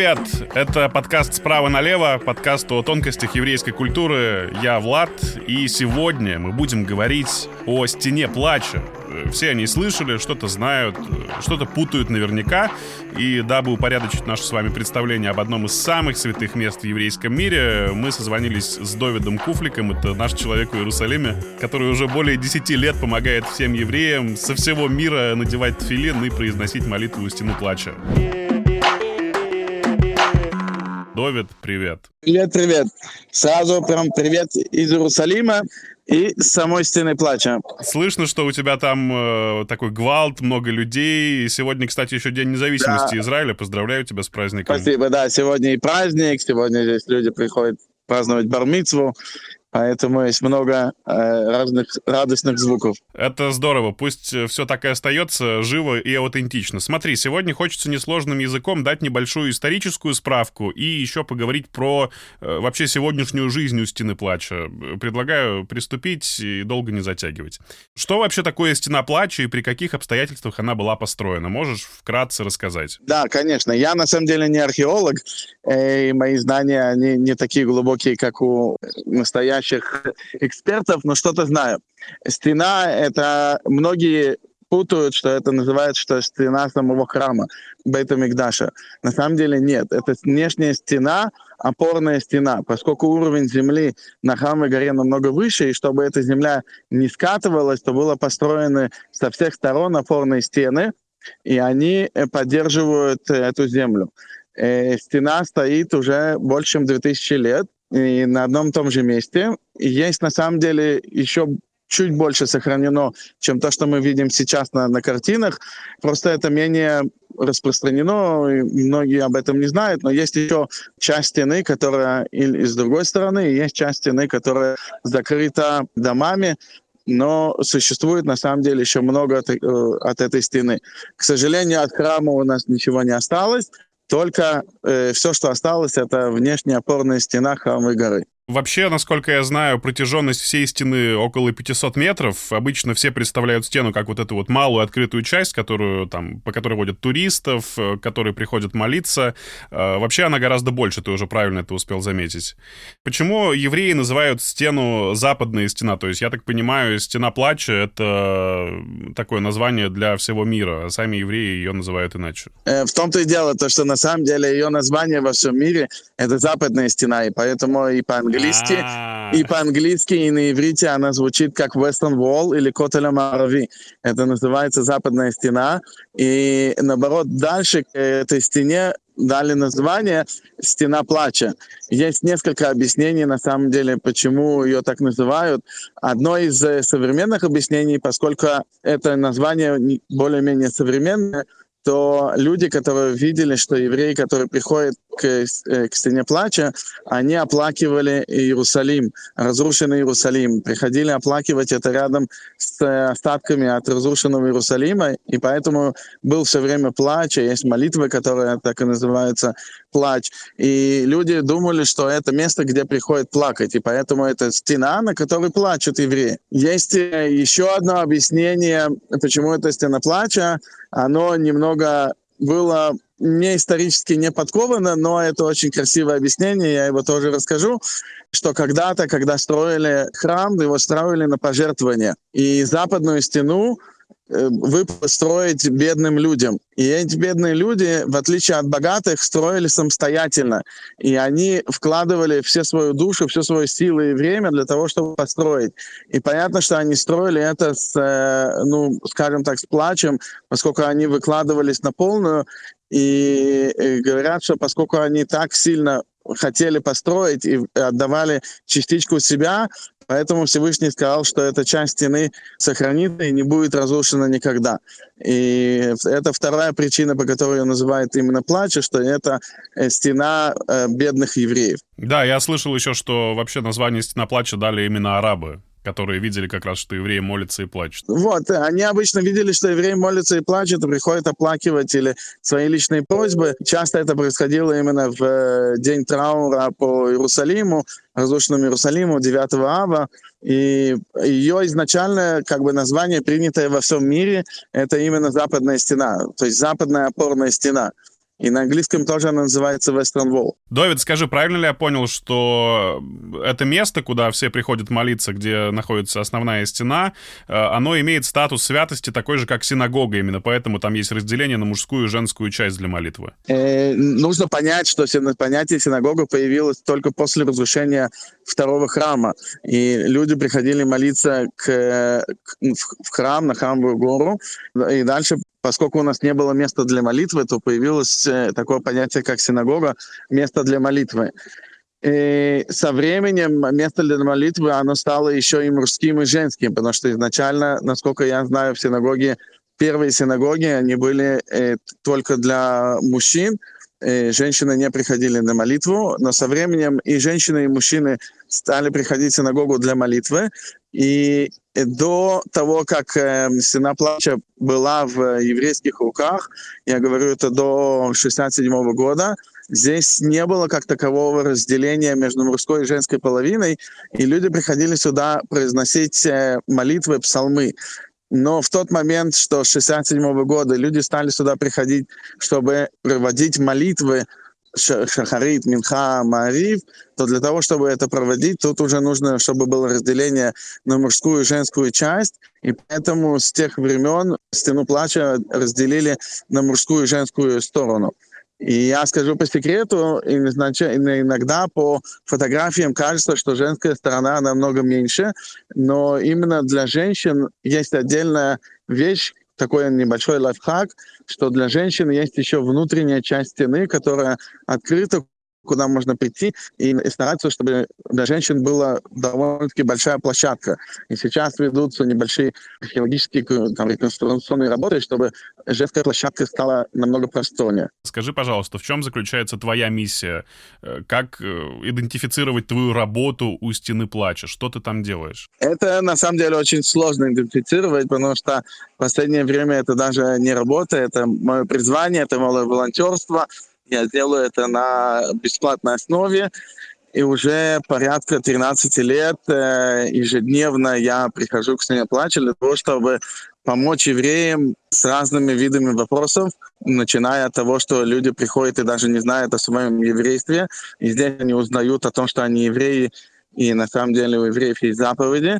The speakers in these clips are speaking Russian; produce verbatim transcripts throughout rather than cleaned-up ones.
привет! Это подкаст «Справа налево», подкаст о тонкостях еврейской культуры. Я Влад, и сегодня мы будем говорить о «Стене плача». Все они слышали, что-то знают, что-то путают наверняка. И дабы упорядочить наше с вами представление об одном из самых святых мест в еврейском мире, мы созвонились с Довидом Куфликом, это наш человек в Иерусалиме, который уже более десяти лет помогает всем евреям со всего мира надевать тфилин и произносить молитву у «Стены плача». Довид, привет. Привет, привет. Сразу прям привет из Иерусалима и с самой «Стены плача». Слышно, что у тебя там э, такой гвалт, много людей. Сегодня, кстати, еще День независимости да. Израиля. Поздравляю тебя с праздником. Спасибо, да. Сегодня и праздник. Сегодня здесь люди приходят праздновать бар-мицву. Поэтому есть много э, разных радостных звуков. Это здорово. Пусть все так и остается живо и аутентично. Смотри, сегодня хочется несложным языком дать небольшую историческую справку и еще поговорить про э, вообще сегодняшнюю жизнь у «Стены плача». Предлагаю приступить и долго не затягивать. Что вообще такое «Стена плача» и при каких обстоятельствах она была построена? Можешь вкратце рассказать? Да, конечно. Я на самом деле не археолог, и мои знания они не такие глубокие, как у настоящих экспертов, но что-то знаю. Стена — это многие путают, что это называется, что стена самого храма, Бейт-а-Микдаша. На самом деле нет. Это внешняя стена, опорная стена. Поскольку уровень земли на Храмовой горе намного выше, и чтобы эта земля не скатывалась, то было построены со всех сторон опорные стены, и они поддерживают эту землю. Э, стена стоит уже больше, чем две тысячи лет, и на одном и том же месте. И есть на самом деле еще чуть больше сохранено, чем то, что мы видим сейчас на, на картинах. Просто это менее распространено, и многие об этом не знают, но есть еще часть стены, которая и, и с другой стороны, и есть часть стены, которая закрыта домами, но существует на самом деле еще много от, от этой стены. К сожалению, от храма у нас ничего не осталось, только э, все, что осталось, это внешняя опорная стена Храмовой горы. Вообще, насколько я знаю, протяженность всей стены около пятисот метров. Обычно все представляют стену как вот эту вот малую открытую часть, которую, там, по которой водят туристов, которые приходят молиться. Вообще она гораздо больше, ты уже правильно это успел заметить. Почему евреи называют стену западная стена? То есть, я так понимаю, «Стена плача» — это такое название для всего мира, а сами евреи ее называют иначе. В том-то и дело, то, что на самом деле ее название во всем мире — это западная стена, и поэтому и по-английски И по-английски, и на иврите она звучит как Western Wall или Котель ха-Маарави. Это называется западная стена. И наоборот, дальше к этой стене дали название «Стена плача». Есть несколько объяснений, на самом деле, почему ее так называют. Одно из современных объяснений, поскольку это название более-менее современное, то люди, которые видели, что евреи, которые приходят к, к «Стене плача», они оплакивали Иерусалим, разрушенный Иерусалим. Приходили оплакивать это рядом с остатками от разрушенного Иерусалима, и поэтому был все время плач, и есть молитвы, которые так и называются «плач». И люди думали, что это место, где приходят плакать, и поэтому это стена, на которой плачут евреи. Есть еще одно объяснение, почему это «Стена плача». Оно немного было не исторически не подковано, но это очень красивое объяснение, я его тоже расскажу, что когда-то, когда строили храм, его строили на пожертвования, и западную стену выпало строить бедным людям. И эти бедные люди, в отличие от богатых, строили самостоятельно. И они вкладывали все свою душу, всю свою силу и время для того, чтобы построить. И понятно, что они строили это с, ну, скажем так, с плачем, поскольку они выкладывались на полную. И, и говорят, что поскольку они так сильно хотели построить и отдавали частичку себя, поэтому Всевышний сказал, что эта часть стены сохранится и не будет разрушена никогда. И это вторая причина, по которой ее называют именно плача, что это стена э, бедных евреев. Да, я слышал еще, что вообще название «Стена плача» дали именно арабы, которые видели как раз, что евреи молятся и плачут. Вот, они обычно видели, что евреи молятся и плачут, и приходят оплакивать или свои личные просьбы. Часто это происходило именно в день траура по Иерусалиму, разрушенному Иерусалиму, девятого ава. И ее изначально как бы название, принятое во всем мире, это именно западная стена, то есть западная опорная стена. И на английском тоже она называется Western Wall. Довид, скажи, правильно ли я понял, что это место, куда все приходят молиться, где находится основная стена, оно имеет статус святости такой же, как синагога, именно поэтому там есть разделение на мужскую и женскую часть для молитвы? Э, нужно понять, что понятие синагога появилось только после разрушения второго храма. И люди приходили молиться к, к, в храм, на Храмовую гору. И дальше, поскольку у нас не было места для молитвы, то появилось такое понятие, как синагога, место для молитвы. И со временем место для молитвы, оно стало еще и мужским, и женским, потому что изначально, насколько я знаю, в синагоге, первые синагоги, они были э, только для мужчин, э, женщины не приходили на молитву, но со временем и женщины, и мужчины стали приходить в синагогу для молитвы, и до того, как э, стена плача была в еврейских руках, я говорю это до шестьдесят седьмого года, здесь не было как такового разделения между мужской и женской половиной, и люди приходили сюда произносить э, молитвы, псалмы. Но в тот момент, что с шестьдесят седьмого года люди стали сюда приходить, чтобы проводить молитвы Шахарит, Минха, Маарив, то для того, чтобы это проводить, тут уже нужно, чтобы было разделение на мужскую и женскую часть, и поэтому с тех времен стену плача разделили на мужскую и женскую сторону. И я скажу по секрету, иногда по фотографиям кажется, что женская сторона намного меньше, но именно для женщин есть отдельная вещь, такой небольшой лайфхак, что для женщин есть еще внутренняя часть стены, которая открыта, куда можно прийти, и стараться, чтобы для женщин была довольно-таки большая площадка. И сейчас ведутся небольшие археологические, там, реконструкционные работы, чтобы женская площадка стала намного просторнее. Скажи, пожалуйста, в чем заключается твоя миссия? Как идентифицировать твою работу у стены плача? Что ты там делаешь? Это, на самом деле, очень сложно идентифицировать, потому что в последнее время это даже не работа, это мое призвание, это мое волонтерство. Я делаю это на бесплатной основе, и уже порядка тринадцать лет э, ежедневно я прихожу к стене плача для того, чтобы помочь евреям с разными видами вопросов, начиная от того, что люди приходят и даже не знают о своем еврействе, и здесь они узнают о том, что они евреи, и на самом деле у евреев есть заповеди,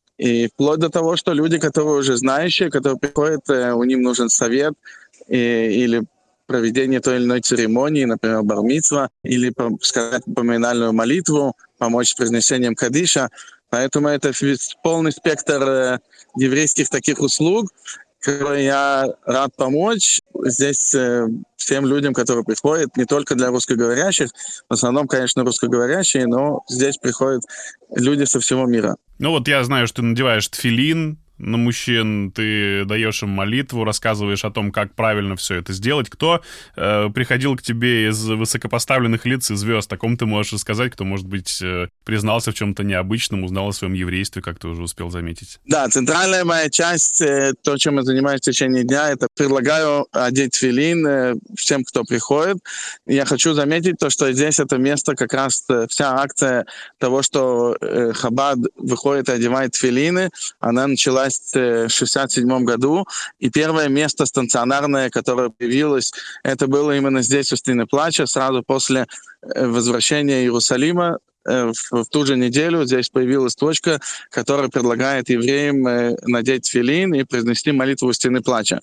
и вплоть до того, что люди, которые уже знающие, которые приходят, э, у них нужен совет и, или проведение той или иной церемонии, например, бар-мицва, или сказать поминальную молитву, помочь с произнесением кадиша. Поэтому это полный спектр еврейских таких услуг, которые я рад помочь. Здесь всем людям, которые приходят, не только для русскоговорящих, в основном, конечно, русскоговорящие, но здесь приходят люди со всего мира. Ну вот я знаю, что ты надеваешь тфилин на мужчин, ты даешь им молитву, рассказываешь о том, как правильно все это сделать. Кто э, приходил к тебе из высокопоставленных лиц и звезд? О ком ты можешь рассказать, кто, может быть, э, признался в чем-то необычном, узнал о своем еврействе, как ты уже успел заметить? Да, центральная моя часть, э, то, чем я занимаюсь в течение дня, это предлагаю одеть тфилин э, всем, кто приходит. Я хочу заметить то, что здесь это место, как раз э, вся акция того, что э, Хабад выходит и одевает тфилины, она началась в шестьдесят седьмом году, и первое место стационарное, которое появилось, это было именно здесь, у стены плача, сразу после возвращения Иерусалима. В, в ту же неделю здесь появилась точка, которая предлагает евреям надеть тфилин и произнести молитву у стены плача.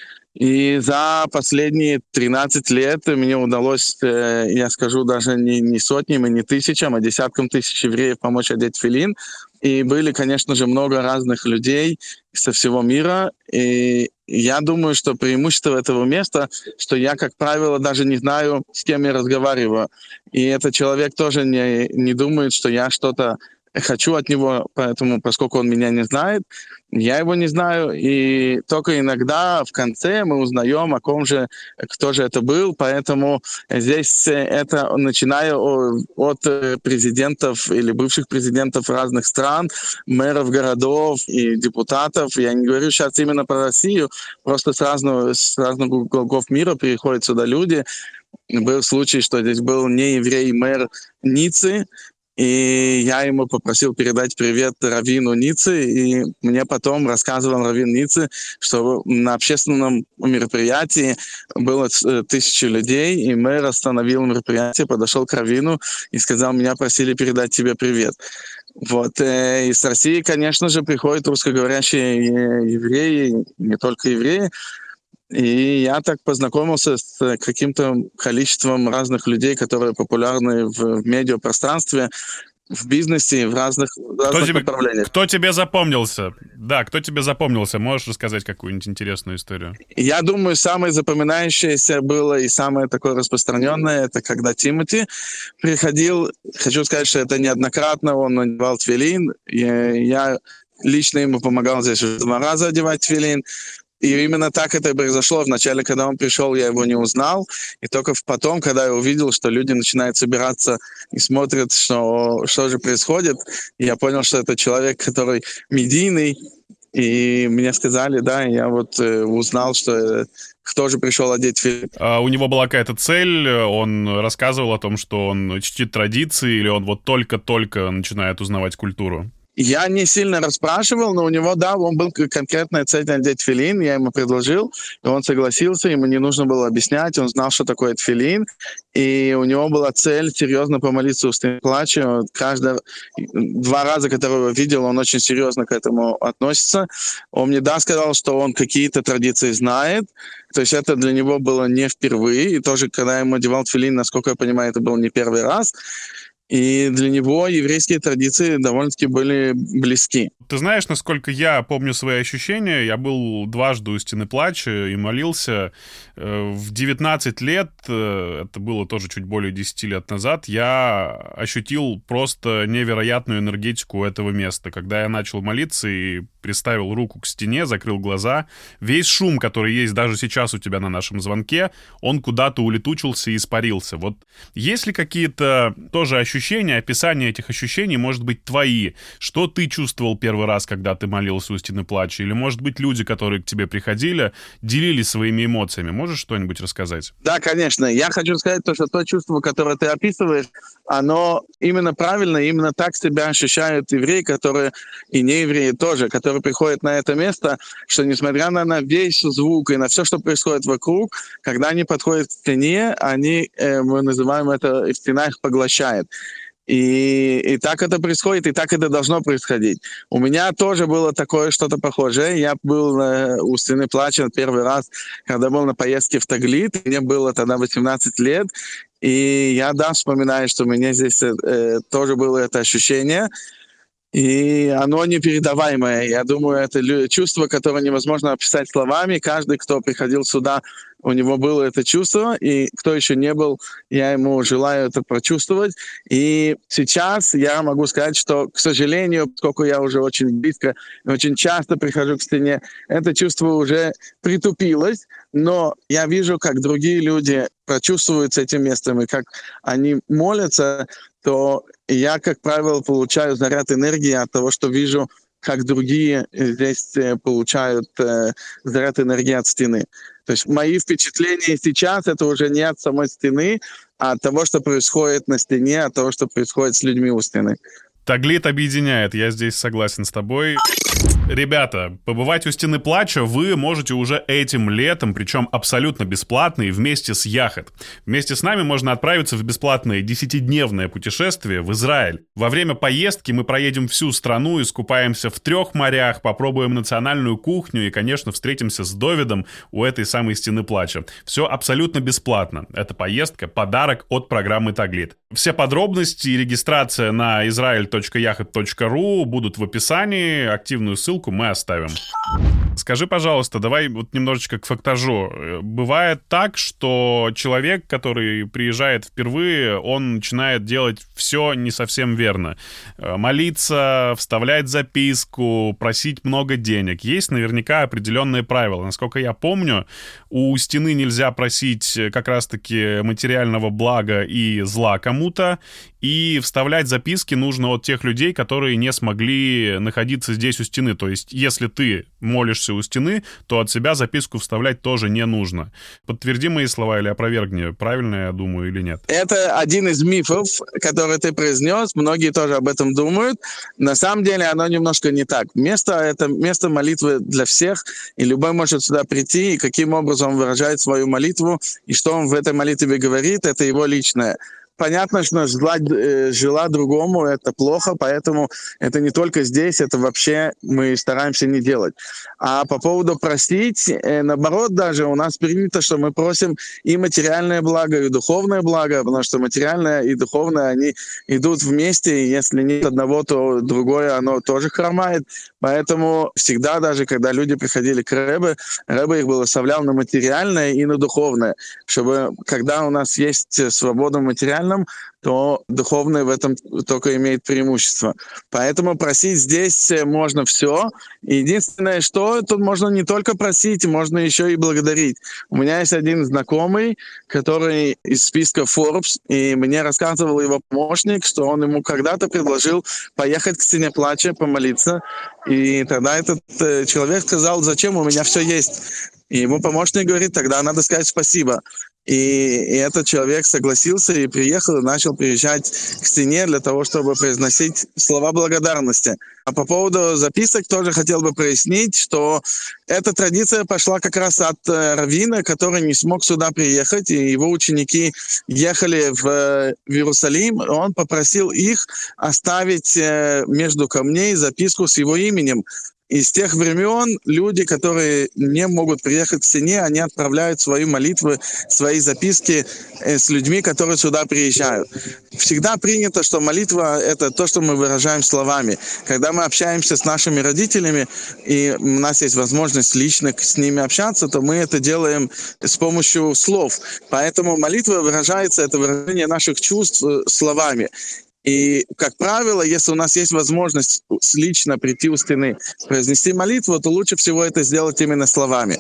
И за последние тринадцать лет мне удалось, я скажу, даже не, не сотням и не тысячам, а десяткам тысяч евреев помочь одеть тфилин. И были, конечно же, много разных людей со всего мира. И я думаю, что преимущество этого места, что я, как правило, даже не знаю, с кем я разговариваю. И этот человек тоже не, не думает, что я что-то хочу от него, поэтому, поскольку он меня не знает, я его не знаю, и только иногда в конце мы узнаем, о ком же, кто же это был, поэтому здесь это, начиная от президентов или бывших президентов разных стран, мэров городов и депутатов, я не говорю сейчас именно про Россию, просто с разных, с разных уголков мира приходят сюда люди. Был случай, что здесь был нееврей мэр Ниццы, И я ему попросил передать привет раввину Ниццы, и мне потом рассказывал раввин Ниццы, что на общественном мероприятии было тысячи людей, и мэр остановил мероприятие, подошел к раввину и сказал: меня просили передать тебе привет. Вот. Из России, конечно же, приходят русскоговорящие евреи, не только евреи. И я так познакомился с каким-то количеством разных людей, которые популярны в медиапространстве, в бизнесе, в разных, в разных кто тебе, направлениях. Кто тебе запомнился? Да, кто тебе запомнился? Можешь рассказать какую-нибудь интересную историю? Я думаю, самое запоминающееся было и самое такое распространенное, это когда Тимоти приходил. Хочу сказать, что это неоднократно он надевал тфилин. Я лично ему помогал здесь уже два раза одевать тфилин. И именно так это и произошло. Вначале, когда он пришел, я его не узнал. И только потом, когда я увидел, что люди начинают собираться и смотрят, что, что же происходит, я понял, что это человек, который медийный. И мне сказали, да, и я вот э, узнал, что э, кто же пришел одеть фильм. А у него была какая-то цель? Он рассказывал о том, что он чтит традиции, или он вот только-только начинает узнавать культуру? Я не сильно расспрашивал, но у него, да, он был конкретная цель надеть тфилин, я ему предложил, и он согласился, ему не нужно было объяснять, он знал, что такое тфилин, и у него была цель серьезно помолиться устным плачем. Каждый, два раза, которые я видел, он очень серьезно к этому относится. Он мне, да, сказал, что он какие-то традиции знает, то есть это для него было не впервые, и тоже, когда я ему одевал тфилин, насколько я понимаю, это был не первый раз. И для него еврейские традиции довольно-таки были близки. Ты знаешь, насколько я помню свои ощущения, я был дважды у Стены Плача и молился. В девятнадцать лет, это было тоже чуть более десять лет назад, я ощутил просто невероятную энергетику этого места. Когда я начал молиться и приставил руку к стене, закрыл глаза, весь шум, который есть даже сейчас у тебя на нашем звонке, он куда-то улетучился и испарился. Вот есть ли какие-то тоже ощущения, описание этих ощущений, может быть, твои? Что ты чувствовал первый раз, когда ты молился у Стены Плача? Или, может быть, люди, которые к тебе приходили, делились своими эмоциями? Можешь что-нибудь рассказать? Да, конечно. Я хочу сказать то, что то чувство, которое ты описываешь, оно именно правильно, именно так себя ощущают евреи, которые и не евреи тоже, которые приходят на это место, что несмотря на, на весь звук и на все, что происходит вокруг, когда они подходят к стене, они, э, мы называем это, стена их поглощает. И, и так это происходит, и так это должно происходить. У меня тоже было такое что-то похожее. Я был э, у Стены Плача первый раз, когда был на поездке в Таглит. Мне было тогда восемнадцать лет. И я, да, вспоминаю, что у меня здесь э, тоже было это ощущение. И оно непередаваемое. Я думаю, это чувство, которое невозможно описать словами. Каждый, кто приходил сюда, у него было это чувство. И кто еще не был, я ему желаю это прочувствовать. И сейчас я могу сказать, что, к сожалению, поскольку я уже очень близко, очень часто прихожу к стене, это чувство уже притупилось. Но я вижу, как другие люди прочувствуют с этим местом, и как они молятся, то я, как правило, получаю заряд энергии от того, что вижу, как другие здесь получают э, заряд энергии от стены. То есть мои впечатления сейчас — это уже не от самой стены, а от того, что происходит на стене, от того, что происходит с людьми у стены. Таглит объединяет, я здесь согласен с тобой. Ребята, побывать у Стены Плача вы можете уже этим летом, причем абсолютно бесплатно и вместе с Яхет. Вместе с нами можно отправиться в бесплатное десятидневное путешествие в Израиль. Во время поездки мы проедем всю страну, искупаемся в трех морях, попробуем национальную кухню и, конечно, встретимся с Довидом у этой самой Стены Плача. Все абсолютно бесплатно. Эта поездка — подарок от программы Таглит. Все подробности и регистрация на израиль точка яхет точка ру будут в описании. Активную ссылку мы оставим. Скажи, пожалуйста, давай вот немножечко к фактажу. Бывает так, что человек, который приезжает впервые, он начинает делать все не совсем верно. Молиться, вставлять записку, просить много денег. Есть наверняка определенные правила. Насколько я помню, у стены нельзя просить как раз-таки материального блага и зла кому-то, и вставлять записки нужно от тех людей, которые не смогли находиться здесь у стены. То есть, если ты молишься у стены, то от себя записку вставлять тоже не нужно. Подтверди мои слова или опровергни, правильно я думаю или нет? Это один из мифов, который ты произнес. Многие тоже об этом думают. На самом деле оно немножко не так. Место — это место молитвы для всех, и любой может сюда прийти, и каким образом он выражает свою молитву, и что он в этой молитве говорит, это его личное. Понятно, что желать э, жила другому — это плохо, поэтому это не только здесь, это вообще мы стараемся не делать. А по поводу просить, э, наоборот, даже у нас принято, что мы просим и материальное благо, и духовное благо, потому что материальное и духовное, они идут вместе, и если нет одного, то другое, оно тоже хромает. Поэтому всегда, даже когда люди приходили к Ребе, Ребе их благословлял на материальное и на духовное, чтобы когда у нас есть свобода материальная, то духовное в этом только имеет преимущество. Поэтому просить здесь можно все. Единственное, что тут можно не только просить, можно еще и благодарить. У меня есть один знакомый, который из списка Forbes, и мне рассказывал его помощник, что он ему когда-то предложил поехать к стене плача, помолиться. И тогда этот э, человек сказал: зачем, у меня все есть. И ему помощник говорит: тогда надо сказать спасибо. И, и этот человек согласился и приехал, и начал приезжать к стене для того, чтобы произносить слова благодарности. А по поводу записок тоже хотел бы прояснить, что эта традиция пошла как раз от э, раввина, который не смог сюда приехать, и его ученики ехали в, в Иерусалим. Он попросил их оставить э, между камней записку с его именем. И с тех времен люди, которые не могут приехать к стене, они отправляют свои молитвы, свои записки с людьми, которые сюда приезжают. Всегда принято, что молитва — это то, что мы выражаем словами. Когда мы общаемся с нашими родителями, и у нас есть возможность лично с ними общаться, то мы это делаем с помощью слов. Поэтому молитва выражается, это выражение наших чувств словами. И, как правило, если у нас есть возможность лично прийти у стены, произнести молитву, то лучше всего это сделать именно словами.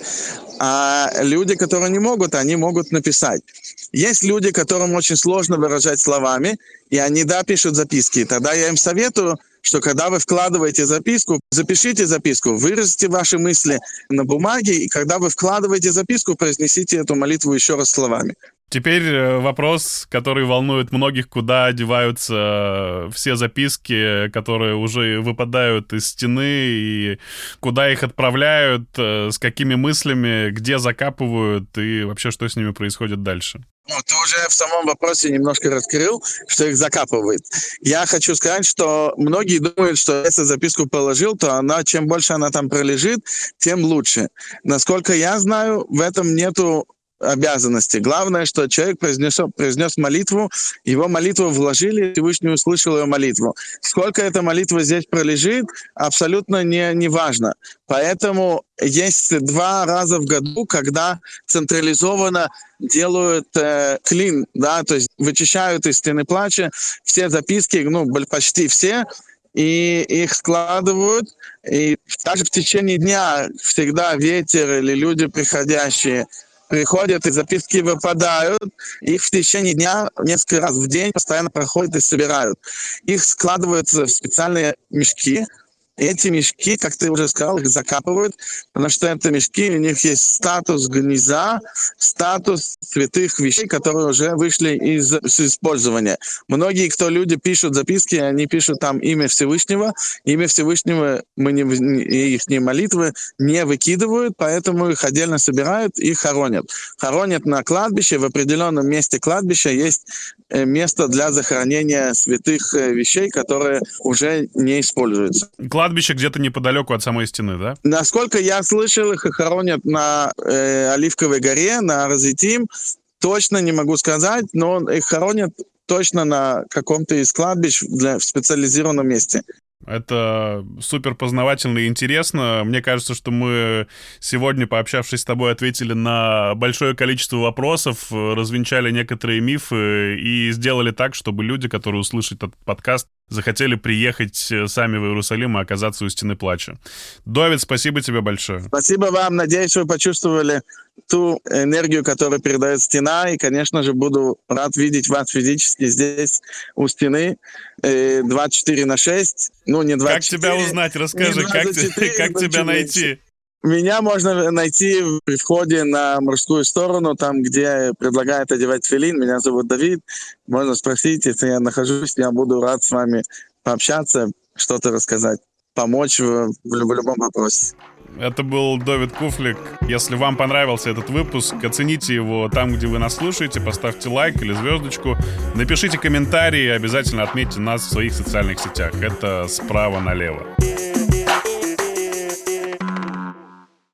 А люди, которые не могут, они могут написать. Есть люди, которым очень сложно выражать словами, и они, да, пишут записки. Тогда я им советую, что когда вы вкладываете записку, запишите записку, выразите ваши мысли на бумаге, и когда вы вкладываете записку, произнесите эту молитву еще раз словами. Теперь вопрос, который волнует многих: куда деваются все записки, которые уже выпадают из стены, и куда их отправляют, с какими мыслями, где закапывают, и вообще, что с ними происходит дальше? Ну, ты уже в самом вопросе немножко раскрыл, что их закапывают. Я хочу сказать, что многие думают, что если записку положил, то она, чем больше она там пролежит, тем лучше. Насколько я знаю, в этом нету обязанности. Главное, что человек произнес, произнес молитву, его молитву вложили, Всевышний услышал его молитву. Сколько эта молитва здесь пролежит, абсолютно не, не важно. Поэтому есть два раза в году, когда централизованно делают э, клин, да, то есть вычищают из стены плача все записки, ну, почти все, и их складывают. И даже в течение дня всегда ветер или люди приходящие приходят, и записки выпадают. Их в течение дня несколько раз в день постоянно проходят и собирают. Их складывают в специальные мешки. И эти мешки, как ты уже сказал, их закапывают, потому что это мешки, у них есть статус гнеза, статус святых вещей, которые уже вышли из, из использования. Многие, кто люди пишут записки, они пишут там имя Всевышнего. Имя Всевышнего мы не, и их молитвы не выкидывают, поэтому их отдельно собирают и хоронят. Хоронят на кладбище, в определенном месте кладбища есть место для захоронения святых вещей, которые уже не используются. Кладбище где-то неподалеку от самой стены, да? Насколько я слышал, их хоронят на э, Оливковой горе, на Розетим. Точно не могу сказать, но их хоронят точно на каком-то из кладбищ для, в специализированном месте. Это супер познавательно и интересно. Мне кажется, что мы сегодня, пообщавшись с тобой, ответили на большое количество вопросов, развенчали некоторые мифы и сделали так, чтобы люди, которые услышат этот подкаст, захотели приехать сами в Иерусалим и оказаться у Стены Плача. Довид, спасибо тебе большое. Спасибо вам. Надеюсь, вы почувствовали ту энергию, которую передает Стена. И, конечно же, буду рад видеть вас физически здесь, у Стены, двадцать четыре на шесть. Ну, не двадцать четыре. Как тебя узнать? Расскажи, как, четыре, как тебя найти? Меня можно найти при входе на мужскую сторону, там, где предлагают одевать тфилин. Меня зовут Давид. Можно спросить, если я нахожусь, я буду рад с вами пообщаться, что-то рассказать, помочь в, в любом вопросе. Это был Довид Куфлик. Если вам понравился этот выпуск, оцените его там, где вы нас слушаете, поставьте лайк или звездочку, напишите комментарий и обязательно отметьте нас в своих социальных сетях. Это «Справа налево».